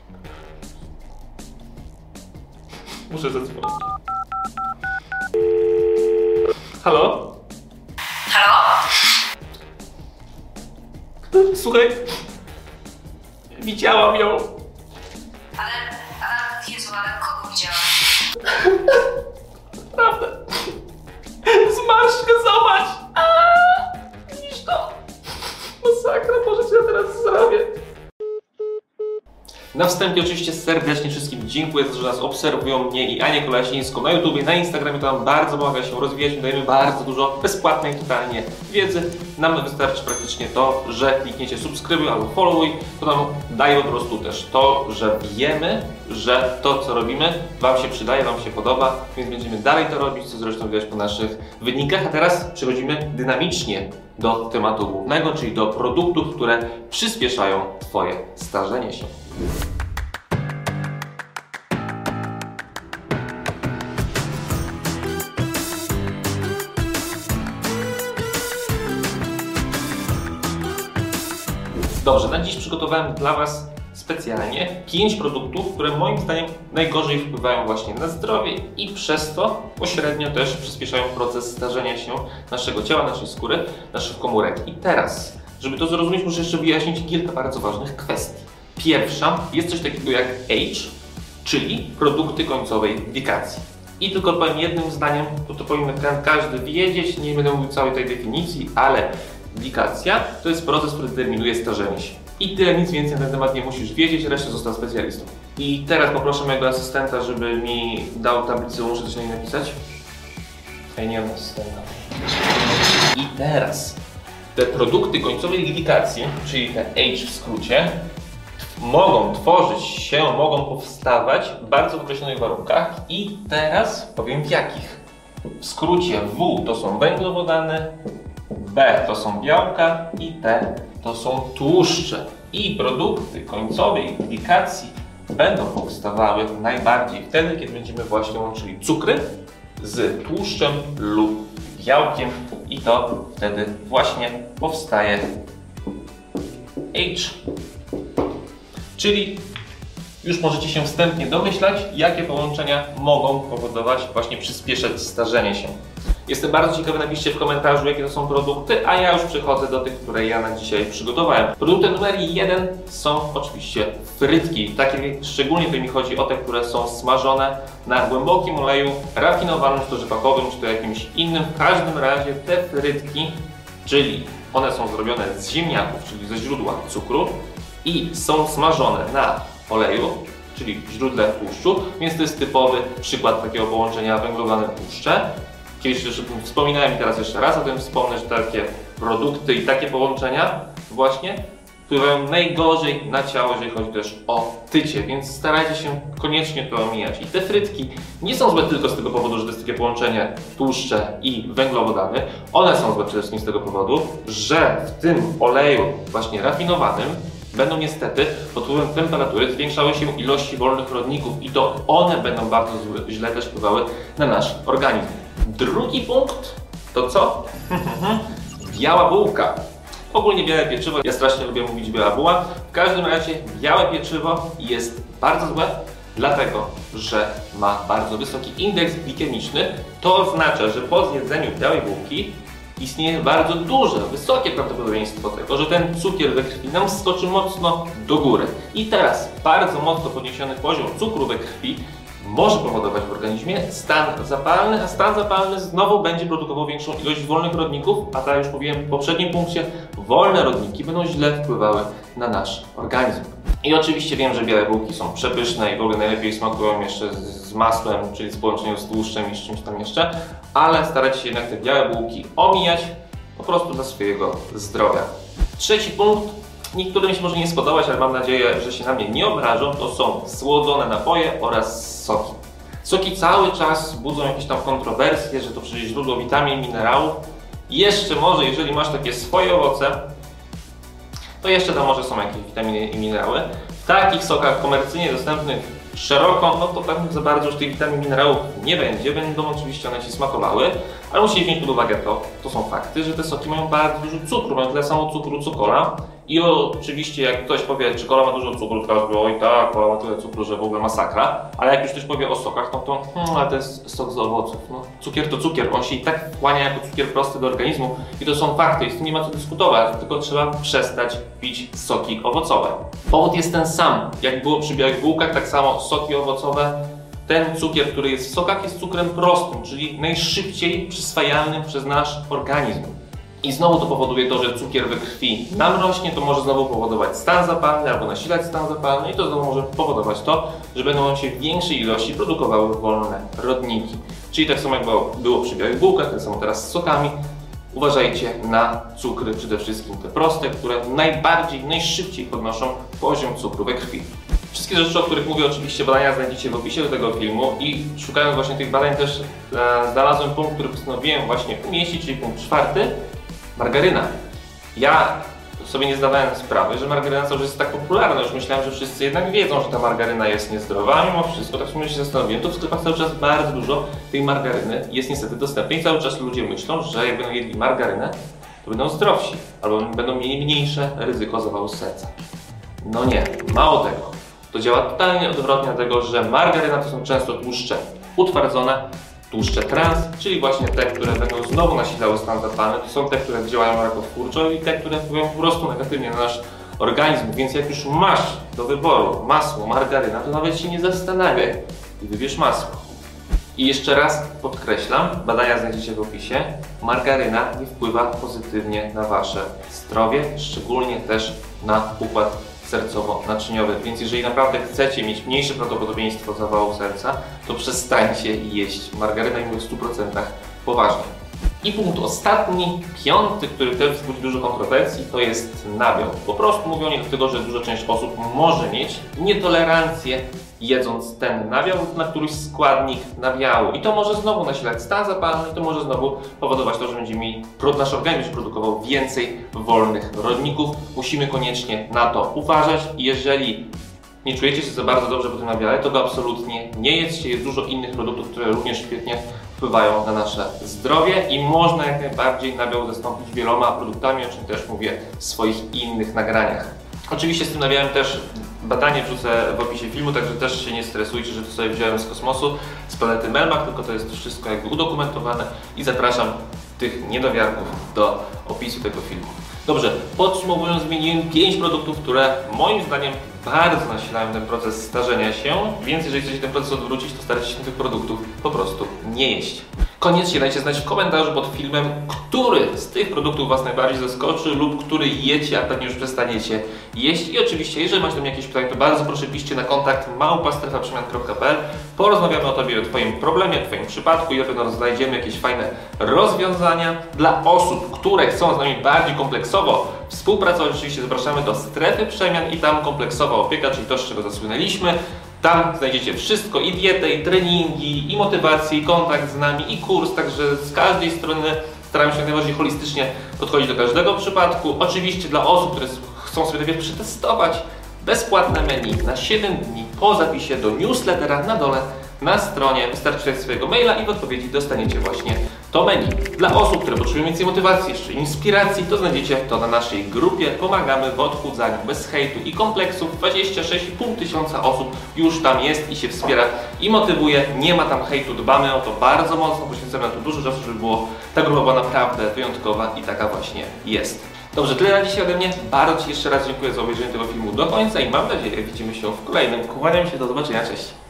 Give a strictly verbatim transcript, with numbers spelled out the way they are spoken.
Muszę zadzwonić. Halo? Halo? Słuchaj, widziałam ją. Ale, ale, Jezu, ale kogo widziałaś? Naprawdę. Zmarszczkę, zobacz! Aaaa! Widzisz to? Masakra, Boże, co ja teraz zrobię? Na wstępie oczywiście serdecznie wszystkim dziękuję za to, że nas obserwują, mnie i Anię Kolasińską na YouTubie, na Instagramie. To nam bardzo pomaga się rozwijać, my dajemy bardzo dużo bezpłatnej totalnie wiedzy. Nam wystarczy praktycznie to, że klikniecie subskrybuj albo followuj. To nam daje po prostu też to, że wiemy, że to, co robimy, Wam się przydaje, Wam się podoba, więc będziemy dalej to robić, co zresztą widać po naszych wynikach. A teraz przechodzimy dynamicznie do tematu głównego, czyli do produktów, które przyspieszają Twoje starzenie się. Dobrze, na dziś przygotowałem dla Was specjalnie pięć produktów, które moim zdaniem najgorzej wpływają właśnie na zdrowie i przez to pośrednio też przyspieszają proces starzenia się naszego ciała, naszej skóry, naszych komórek. I teraz, żeby to zrozumieć, muszę jeszcze wyjaśnić kilka bardzo ważnych kwestii. Pierwsza jest coś takiego jak age, czyli produkty końcowej wikacji. I tylko powiem jednym zdaniem, bo to powinien każdy wiedzieć, nie będę mówił całej tej definicji, ale wikacja to jest proces, który determinuje starzenie się. I tyle, nic więcej na ten temat nie musisz wiedzieć, resztę został specjalistą. I teraz poproszę mojego asystenta, żeby mi dał tablicę, muszę coś na niej napisać. Ja nie mam asystenta. I teraz te produkty końcowej wikacji, czyli te age w skrócie, mogą tworzyć się, mogą powstawać w bardzo określonych warunkach i teraz powiem w jakich. W skrócie W to są węglowodany, B to są białka i T to są tłuszcze. I produkty końcowej wikacji będą powstawały najbardziej wtedy, kiedy będziemy właśnie łączyli cukry z tłuszczem lub białkiem i to wtedy właśnie powstaje age. Czyli już możecie się wstępnie domyślać, jakie połączenia mogą powodować, właśnie przyspieszać starzenie się. Jestem bardzo ciekawy, napiszcie w komentarzu, jakie to są produkty, a ja już przechodzę do tych, które ja na dzisiaj przygotowałem. Produktem numer jeden są oczywiście frytki. Takie, szczególnie to mi chodzi o te, które są smażone na głębokim oleju rafinowanym, czy to rzepakowym, czy to jakimś innym. W każdym razie te frytki, czyli one są zrobione z ziemniaków, czyli ze źródła cukru i są smażone na oleju, czyli w źródle tłuszczu, więc to jest typowy przykład takiego połączenia węglowodany-tłuszcze. Kiedyś już o tym wspominałem i teraz jeszcze raz o tym wspomnę, że takie produkty i takie połączenia właśnie wpływają najgorzej na ciało, jeżeli chodzi też o tycie, więc starajcie się koniecznie to omijać. I te frytki nie są złe tylko z tego powodu, że to jest takie połączenie tłuszcze i węglowodany. One są złe przede wszystkim z tego powodu, że w tym oleju właśnie rafinowanym będą niestety pod wpływem temperatury zwiększały się ilości wolnych rodników i to one będą bardzo źle też wpływały na nasz organizm. Drugi punkt to co? Biała bułka. Ogólnie białe pieczywo, ja strasznie lubię mówić biała buła. W każdym razie białe pieczywo jest bardzo złe, dlatego że ma bardzo wysoki indeks glikemiczny. To oznacza, że po zjedzeniu białej bułki istnieje bardzo duże, wysokie prawdopodobieństwo tego, że ten cukier we krwi nam skoczy mocno do góry. I teraz bardzo mocno podniesiony poziom cukru we krwi może powodować w organizmie stan zapalny, a stan zapalny znowu będzie produkował większą ilość wolnych rodników, a tak jak już mówiłem w poprzednim punkcie, wolne rodniki będą źle wpływały na nasz organizm. I oczywiście wiem, że białe bułki są przepyszne i w ogóle najlepiej smakują jeszcze z masłem, czyli w połączeniu z tłuszczem i z czymś tam jeszcze, ale starajcie się jednak te białe bułki omijać po prostu dla swojego zdrowia. Trzeci punkt, niektórym się może nie spodobać, ale mam nadzieję, że się na mnie nie obrażą, to są słodzone napoje oraz soki. Soki cały czas budzą jakieś tam kontrowersje, że to przecież źródło witamin, minerałów. Jeszcze może, jeżeli masz takie swoje owoce, to jeszcze tam może są jakieś witaminy i minerały. W takich sokach komercyjnie dostępnych szeroko, no to pewnie za bardzo już tych witamin i minerałów nie będzie. Będą oczywiście one Ci smakowały, ale musisz wziąć pod uwagę to, to są fakty, że te soki mają bardzo dużo cukru, mają tyle samo cukru co cola I oczywiście jak ktoś powie, czy kola ma dużo cukru, to każdy powie, oj tak, kola ma tyle cukru, że w ogóle masakra. Ale jak już ktoś powie o sokach, no to hmm, ale to jest sok z owoców. No, cukier to cukier, on się i tak wchłania jako cukier prosty do organizmu i to są fakty, i z tym nie ma co dyskutować, tylko trzeba przestać pić soki owocowe. Powód jest ten sam, jak było przy białych bułkach, tak samo soki owocowe. Ten cukier, który jest w sokach, jest cukrem prostym, czyli najszybciej przyswajalnym przez nasz organizm. I znowu to powoduje to, że cukier we krwi nam rośnie, to może znowu powodować stan zapalny albo nasilać stan zapalny i to znowu może powodować to, że będą się w większej ilości produkowały wolne rodniki. Czyli tak samo jak było przy białych bułkach, tak samo teraz z sokami. Uważajcie na cukry, przede wszystkim te proste, które najbardziej, najszybciej podnoszą poziom cukru we krwi. Wszystkie rzeczy, o których mówię, oczywiście badania znajdziecie w opisie do tego filmu i szukając właśnie tych badań też e, znalazłem punkt, który postanowiłem właśnie umieścić, czyli punkt czwarty. Margaryna. Ja sobie nie zdawałem sprawy, że margaryna cały czas jest tak popularna. Już myślałem, że wszyscy jednak wiedzą, że ta margaryna jest niezdrowa, a mimo wszystko, tak sobie się zastanowiłem, to w sklepach cały czas bardzo dużo tej margaryny jest niestety dostępnej i cały czas ludzie myślą, że jak będą jedli margarynę, to będą zdrowsi, albo będą mieli mniejsze ryzyko zawału serca. No nie, mało tego. To działa totalnie odwrotnie do tego, że margaryna to są często tłuszcze utwardzone, tłuszcze trans, czyli właśnie te, które będą znowu nasilały stan zapalny, to są te, które działają rakotwórczo i te, które wpływają po prostu negatywnie na nasz organizm. Więc jak już masz do wyboru masło, margaryna, to nawet się nie zastanawiaj i wybierz masło. I jeszcze raz podkreślam, badania znajdziecie w opisie, margaryna nie wpływa pozytywnie na Wasze zdrowie, szczególnie też na układ sercowo-naczyniowy, więc jeżeli naprawdę chcecie mieć mniejsze prawdopodobieństwo zawału serca, to przestańcie jeść margarynę i mówię w stu procentach poważnie. I punkt ostatni, piąty, który też wzbudzi dużo kontrowersji, to jest nabiał. Po prostu mówią nie dlatego, że duża część osób może mieć nietolerancję jedząc ten nabiał na któryś składnik nabiału. I to może znowu nasilać stan zapalny, i to może znowu powodować to, że będzie mi, nasz organizm produkował więcej wolnych rodników. Musimy koniecznie na to uważać i jeżeli nie czujecie się za bardzo dobrze po tym nabiale, to go absolutnie nie jedzcie. Jest dużo innych produktów, które również świetnie wpływają na nasze zdrowie i można jak najbardziej nabiał zastąpić wieloma produktami, o czym też mówię w swoich innych nagraniach. Oczywiście z tym nabiałem też badanie wrzucę w opisie filmu, także też się nie stresujcie, że to sobie wziąłem z kosmosu, z planety Melmac, tylko to jest wszystko jakby udokumentowane i zapraszam tych niedowiarków do opisu tego filmu. Dobrze, podsumowując, wymieniłem pięć produktów, które moim zdaniem bardzo nasilają ten proces starzenia się, więc jeżeli chcecie ten proces odwrócić, to starajcie się tych produktów po prostu nie jeść. Koniecznie dajcie znać w komentarzu pod filmem, który z tych produktów Was najbardziej zaskoczy lub który jecie, a pewnie już przestaniecie jeść. I oczywiście, jeżeli macie do mnie jakieś pytania, to bardzo proszę piszcie na kontakt małpa strefa przemian kropka p l. Porozmawiamy o Tobie, o Twoim problemie, o Twoim przypadku i na pewno znajdziemy jakieś fajne rozwiązania. Dla osób, które chcą z nami bardziej kompleksowo współpracować, oczywiście zapraszamy do strefy przemian i tam kompleksowa opieka, czyli to, z czego zasłynęliśmy. Tam znajdziecie wszystko, i dietę, i treningi, i motywację, i kontakt z nami, i kurs, także z każdej strony staramy się jak najbardziej holistycznie podchodzić do każdego przypadku. Oczywiście dla osób, które chcą sobie najpierw przetestować, bezpłatne menu na siedem dni po zapisie do newslettera na dole na stronie. Wystarczy dać swojego maila i w odpowiedzi dostaniecie właśnie to menu. Dla osób, które potrzebują więcej motywacji, jeszcze inspiracji, to znajdziecie to na naszej grupie. Pomagamy w odchudzaniu bez hejtu i kompleksów. dwadzieścia sześć i pół tysiąca osób już tam jest i się wspiera i motywuje. Nie ma tam hejtu, dbamy o to bardzo mocno, poświęcamy na to dużo czasu, żeby było, ta grupa była naprawdę wyjątkowa i taka właśnie jest. Dobrze, tyle na dzisiaj ode mnie. Bardzo Ci jeszcze raz dziękuję za obejrzenie tego filmu do końca i mam nadzieję, widzimy się w kolejnym. Kłaniam się, do zobaczenia, cześć!